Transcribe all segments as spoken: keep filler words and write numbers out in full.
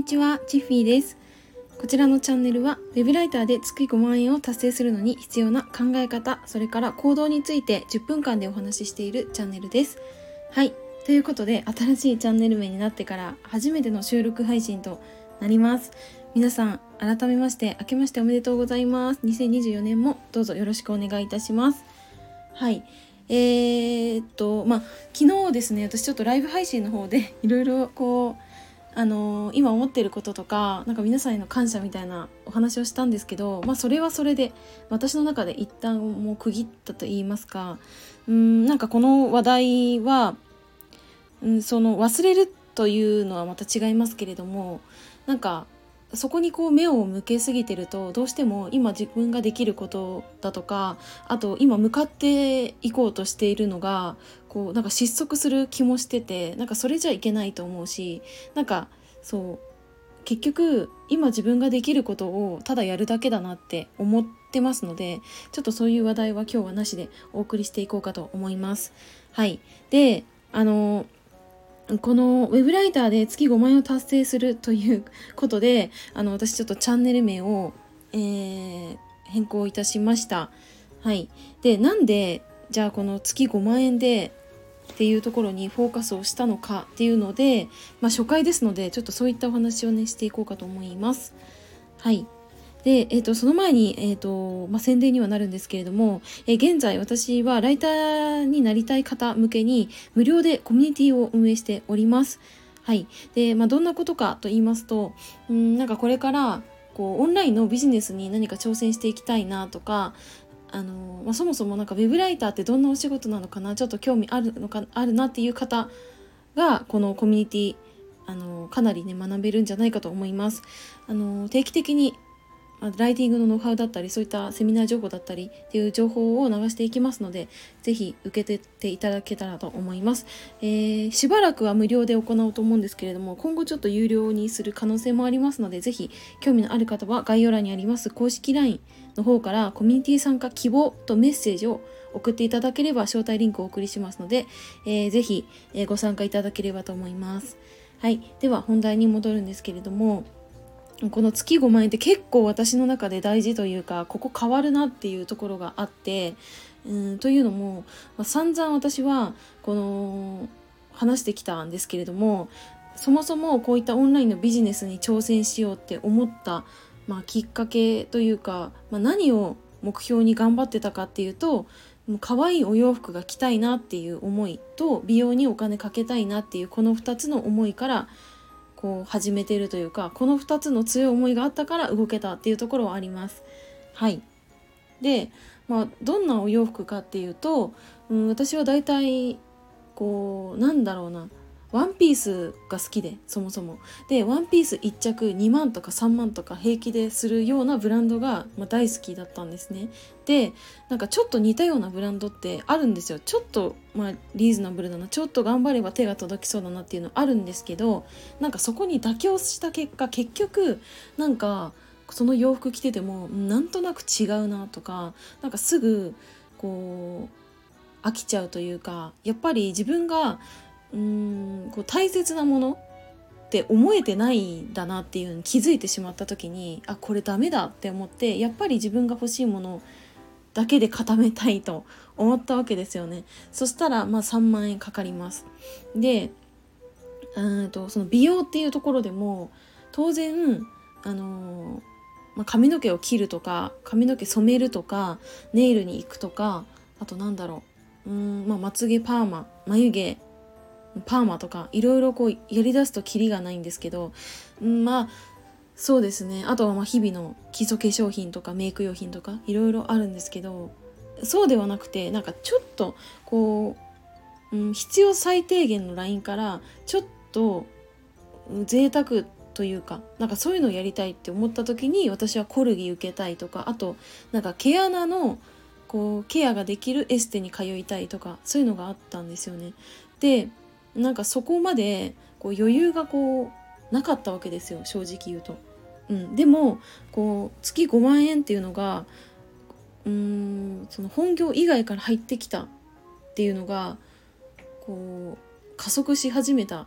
ちは、チッフィーです。こちらのチャンネルはウェブライターで月ごまん円を達成するのに必要な考え方、それから行動についてじゅっぷんかんでお話ししているチャンネルです。はい、ということで新しいチャンネル名になってから初めての収録配信となります。皆さん改めまして明けましておめでとうございます。にせんにじゅうよねんもどうぞよろしくお願いいたします。はい、えー、っとまあ昨日ですね、私ちょっとライブ配信の方でいろいろこうあのー、今思っていることとか、なんか皆さんへの感謝みたいなお話をしたんですけど、まあそれはそれで私の中で一旦もう区切ったと言いますか、うーんなんかこの話題は、うん、その忘れるというのはまた違いますけれども、なんかそこにこう目を向けすぎてると、どうしても今自分ができることだとか、あと今向かっていこうとしているのがこうなんか失速する気もしてて、なんかそれじゃいけないと思うし、なんかそう結局今自分ができることをただやるだけだなって思ってますので、ちょっとそういう話題は今日はなしでお送りしていこうかと思います。はい。で、あのこのウェブライターで月ごまん円を達成するということで、あの私ちょっとチャンネル名を、えー変更いたしました。はい。で、なんでじゃあこの月ごまん円でっていうところにフォーカスをしたのかっていうので、まあ、初回ですのでちょっとそういったお話をねしていこうかと思います。はい。で、えー、とその前に、えーとまあ、宣伝にはなるんですけれども、えー現在私はライターになりたい方向けに無料でコミュニティを運営しております。はい。で、まあ、どんなことかと言いますと、うんなんかこれからこうオンラインのビジネスに何か挑戦していきたいなとか、あのまあ、そもそもなんかウェブライターってどんなお仕事なのかな、ちょっと興味あるのかあるなっていう方がこのコミュニティあのかなりね学べるんじゃないかと思います。あの定期的にライティングのノウハウだったり、そういったセミナー情報だったりっていう情報を流していきますので、ぜひ受けてっていただけたらと思います。えー、しばらくは無料で行おうと思うんですけれども、今後ちょっと有料にする可能性もありますので、ぜひ興味のある方は概要欄にあります公式 ライン の方からコミュニティ参加希望とメッセージを送っていただければ招待リンクをお送りしますので、えー、ぜひ、えー、ご参加いただければと思います。はい、では本題に戻るんですけれども、この月ごまん円って結構私の中で大事というか、ここ変わるなっていうところがあって、うんというのも、まあ、散々私はこの話してきたんですけれども、そもそもこういったオンラインのビジネスに挑戦しようって思った、まあ、きっかけというか、まあ、何を目標に頑張ってたかっていうと、もう可愛いお洋服が着たいなっていう思いと、美容にお金かけたいなっていう、このふたつの思いからこう始めているというか、このふたつの強い思いがあったから動けたっていうところはあります。はい。で、まあどんなお洋服かっていうと、うん、私はだいたいこうなんだろうな、ワンピースが好きで、そもそもでワンピースいっちゃくにまんとかさんまんとか平気でするようなブランドが、まあ、大好きだったんですね。で、なんかちょっと似たようなブランドってあるんですよ。ちょっとまあリーズナブルだな、ちょっと頑張れば手が届きそうだなっていうのあるんですけど、なんかそこに妥協した結果、結局なんかその洋服着ててもなんとなく違うなとか、なんかすぐこう飽きちゃうというか、やっぱり自分がうーんこう大切なものって思えてないんだなっていうのに気づいてしまった時に、あ、これダメだって思って、やっぱり自分が欲しいものだけで固めたいと思ったわけですよね。そしたらまあさんまん円かかります。で、うんとその美容っていうところでも当然あのーまあ、髪の毛を切るとか、髪の毛染めるとか、ネイルに行くとか、あとなんだろう、うーん、まあ、まつげパーマ、眉毛パーマとかいろいろこうやりだすとキリがないんですけど、んまあそうですね、あとはまあ日々の基礎化粧品とかメイク用品とかいろいろあるんですけど、そうではなくて、なんかちょっとこう、うん、必要最低限のラインからちょっと贅沢というか、なんかそういうのをやりたいって思った時に、私はコルギ受けたいとか、あとなんか毛穴のこうケアができるエステに通いたいとか、そういうのがあったんですよね。で、なんかそこまでこう余裕がこうなかったわけですよ、正直言うと。うん、でもこう月ごまん円っていうのがうーんその本業以外から入ってきたっていうのがこう加速し始めた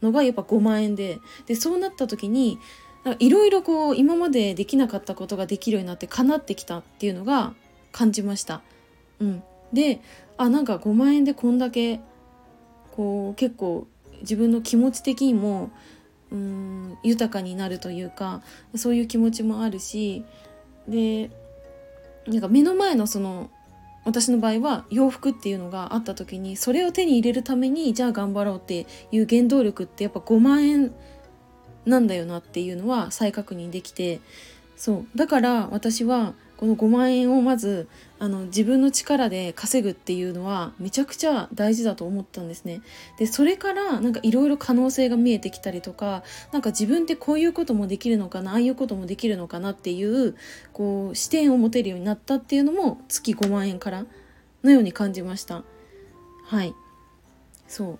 のがやっぱごまんえんで、でそうなった時にいろいろこう今までできなかったことができるようになって叶ってきたっていうのが感じました。うん、で、あ、なんかごまんえんでこんだけこう結構自分の気持ち的にもうーん豊かになるというか、そういう気持ちもあるし、でなんか目の前のその私の場合は洋服っていうのがあった時に、それを手に入れるためにじゃあ頑張ろうっていう原動力ってやっぱごまんえんなんだよなっていうのは再確認できて、そうだから私はこのごまんえんをまずあの自分の力で稼ぐっていうのはめちゃくちゃ大事だと思ったんですね。でそれからなんかいろいろ可能性が見えてきたりとか、なんか自分ってこういうこともできるのかな、ああいうこともできるのかなっていうこう視点を持てるようになったっていうのも月ごまんえんからのように感じました。はい、そう、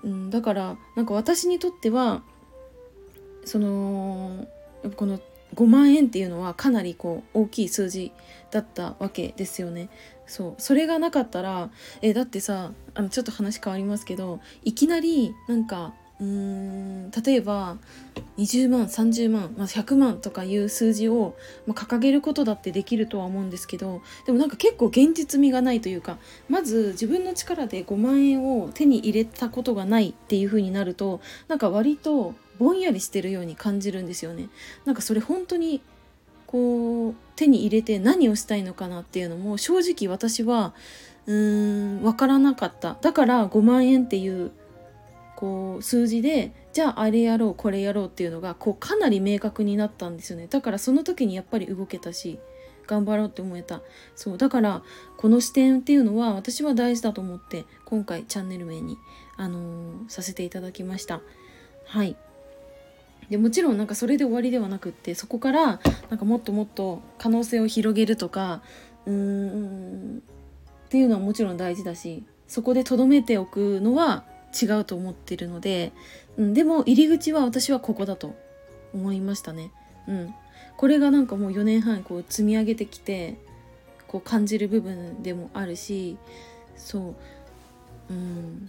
うん、だからなんか私にとってはそのこのごまんえんっていうのはかなりこう大きい数字だったわけですよね。そうそれがなかったらえだってさ、あのちょっと話変わりますけど、いきなりなんかうーん例えばにじゅうまんさんじゅうまん、まあ、ひゃくまんとかいう数字を、まあ、掲げることだってできるとは思うんですけど、でもなんか結構現実味がないというか、まず自分の力でごまんえんを手に入れたことがないっていう風になると、なんか割とぼんやりしてるように感じるんですよね。なんかそれ本当にこう手に入れて何をしたいのかなっていうのも正直私はうーん分からなかった。だからごまんえんっていうこう数字でじゃああれやろうこれやろうっていうのがこうかなり明確になったんですよね。だからその時にやっぱり動けたし頑張ろうって思えた。そうだからこの視点っていうのは私は大事だと思って今回チャンネル名に、あのー、させていただきました。はい。でもちろんなんかそれで終わりではなくって、そこからなんかもっともっと可能性を広げるとかうーんっていうのはもちろん大事だし、そこで留めておくのは違うと思ってるので、うん、でも入り口は私はここだと思いましたね。うん、これがなんかもうよねんはんこう積み上げてきてこう感じる部分でもあるし、そう、うん、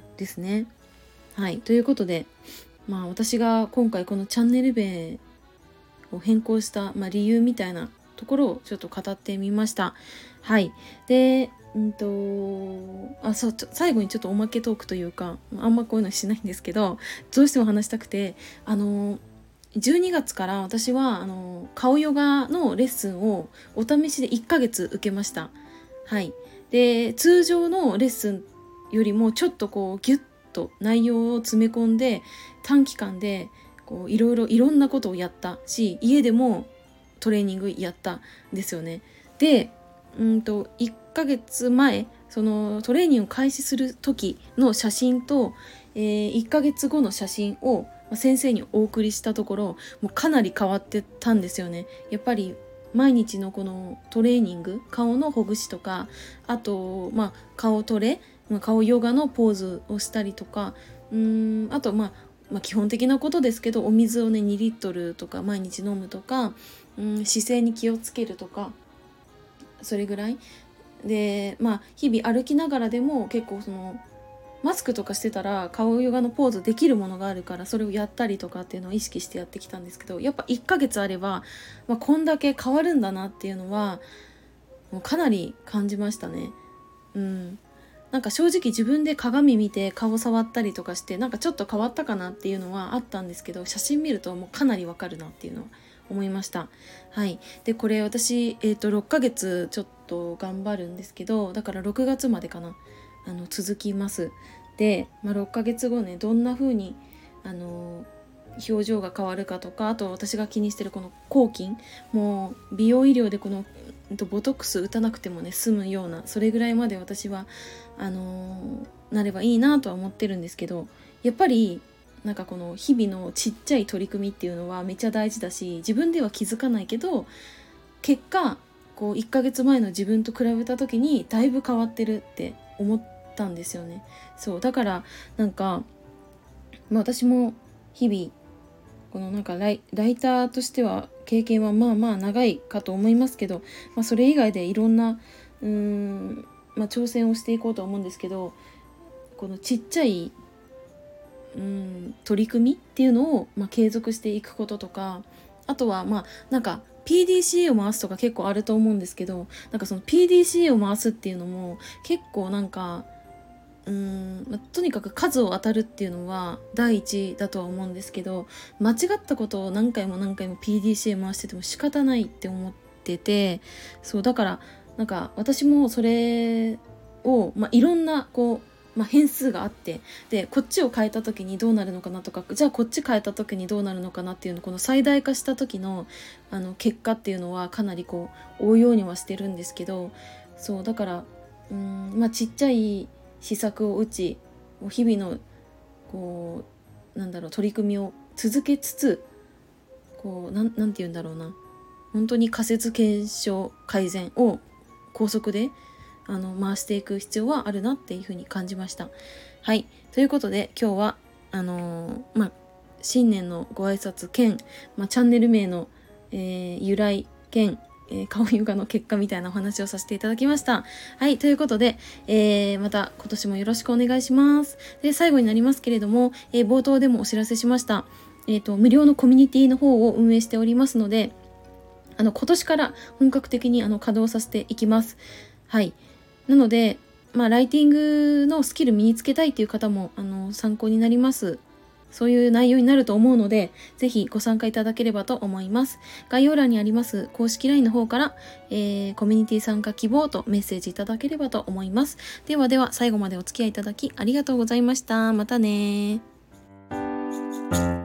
ですね。はい、ということでまあ私が今回このチャンネル名を変更した、まあ、理由みたいなところをちょっと語ってみました。はい。で、うんとあそう最後にちょっとおまけトークというか、あんまこういうのしないんですけど、どうしても話したくて、あのじゅうにがつから私はあの顔ヨガのレッスンをお試しでいっかげつ受けました。はい。で通常のレッスンよりもちょっとこうギュッと内容を詰め込んで短期間でこういろいろいろんなことをやったし、家でもトレーニングやったんですよね。でうんといっかげつまえそのトレーニングを開始する時の写真と、えー、いっかげつごの写真を先生にお送りしたところ、もうかなり変わってたんですよね。やっぱり毎日のこのトレーニング、顔のほぐしとか、あと、まあ、顔トレ、顔ヨガのポーズをしたりとか、うーんあと、まあ、まあ基本的なことですけど、お水をねにリットルとか毎日飲むとか、うん姿勢に気をつけるとか、それぐらいで、まあ日々歩きながらでも結構そのマスクとかしてたら顔ヨガのポーズできるものがあるから、それをやったりとかっていうのを意識してやってきたんですけど、やっぱいっかげつあれば、まあ、こんだけ変わるんだなっていうのはもうかなり感じましたね。うんなんか正直自分で鏡見て顔触ったりとかしてなんかちょっと変わったかなっていうのはあったんですけど、写真見るともうかなりわかるなっていうのは思いました。はい。でこれ私、えーと、ろっかげつちょっと頑張るんですけど、だからろくがつまでかな、あの続きます。で、まあ、ろっかげつごねどんな風にあの表情が変わるかとか、あと私が気にしてるこの抗菌、もう美容医療でこのボトックス打たなくてもね済むような、それぐらいまで私はあのー、なればいいなとは思ってるんですけど、やっぱりなんかこの日々のちっちゃい取り組みっていうのはめっちゃ大事だし、自分では気づかないけど結果こういっかげつまえの自分と比べた時にだいぶ変わってるって思ったんですよね。そうだからなんか、まあ、私も日々このなんかライ、ライターとしては経験はまあまあ長いかと思いますけど、まあ、それ以外でいろんなうーん、まあ、挑戦をしていこうと思うんですけど、このちっちゃいうん、取り組みっていうのを、まあ、継続していくこととか、あとはまあなんか ピーディーシー を回すとか結構あると思うんですけど、なんかその ピーディーシー を回すっていうのも結構なんかうーん、まあ、とにかく数を当たるっていうのは第一だとは思うんですけど、間違ったことを何回も何回も ピーディーシー 回してても仕方ないって思ってて、そうだからなんか私もそれを、まあ、いろんなこう、まあ、変数があって、でこっちを変えた時にどうなるのかなとか、じゃあこっち変えた時にどうなるのかなっていうのをこの最大化した時のあの結果っていうのはかなりこう応用にはしてるんですけど、そうだからうーん、まあ、ちっちゃい施策を打ち、日々のこうなんだろう取り組みを続けつつ、こうなん、なんて言うんだろうな、本当に仮説検証改善を高速であの回していく必要はあるなっていうふうに感じました。はい、ということで今日はあのー、まあ新年のご挨拶兼、まあ、チャンネル名の、えー、由来兼えー、顔ヨガの結果みたいなお話をさせていただきました。はい、ということで、えー、また今年もよろしくお願いします。で、最後になりますけれども、えー、冒頭でもお知らせしました、えーと、無料のコミュニティの方を運営しておりますので、あの今年から本格的にあの稼働させていきます。はい。なので、まあ、ライティングのスキル身につけたいという方もあの参考になります。そういう内容になると思うので、ぜひご参加いただければと思います。概要欄にあります公式 ライン の方から、えー、コミュニティ参加希望とメッセージいただければと思います。ではでは最後までお付き合いいただきありがとうございました。またね。